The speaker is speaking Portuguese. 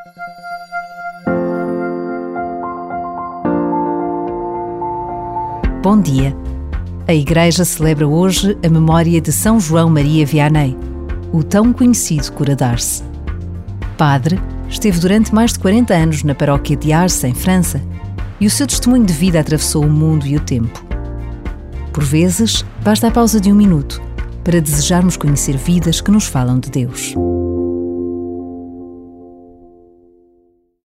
Bom dia! A Igreja celebra hoje a memória de São João Maria Vianney, o tão conhecido cura d'Ars. Padre, esteve durante mais de 40 anos na paróquia de Ars, em França, e o seu testemunho de vida atravessou o mundo e o tempo. Por vezes, basta a pausa de um minuto para desejarmos conhecer vidas que nos falam de Deus.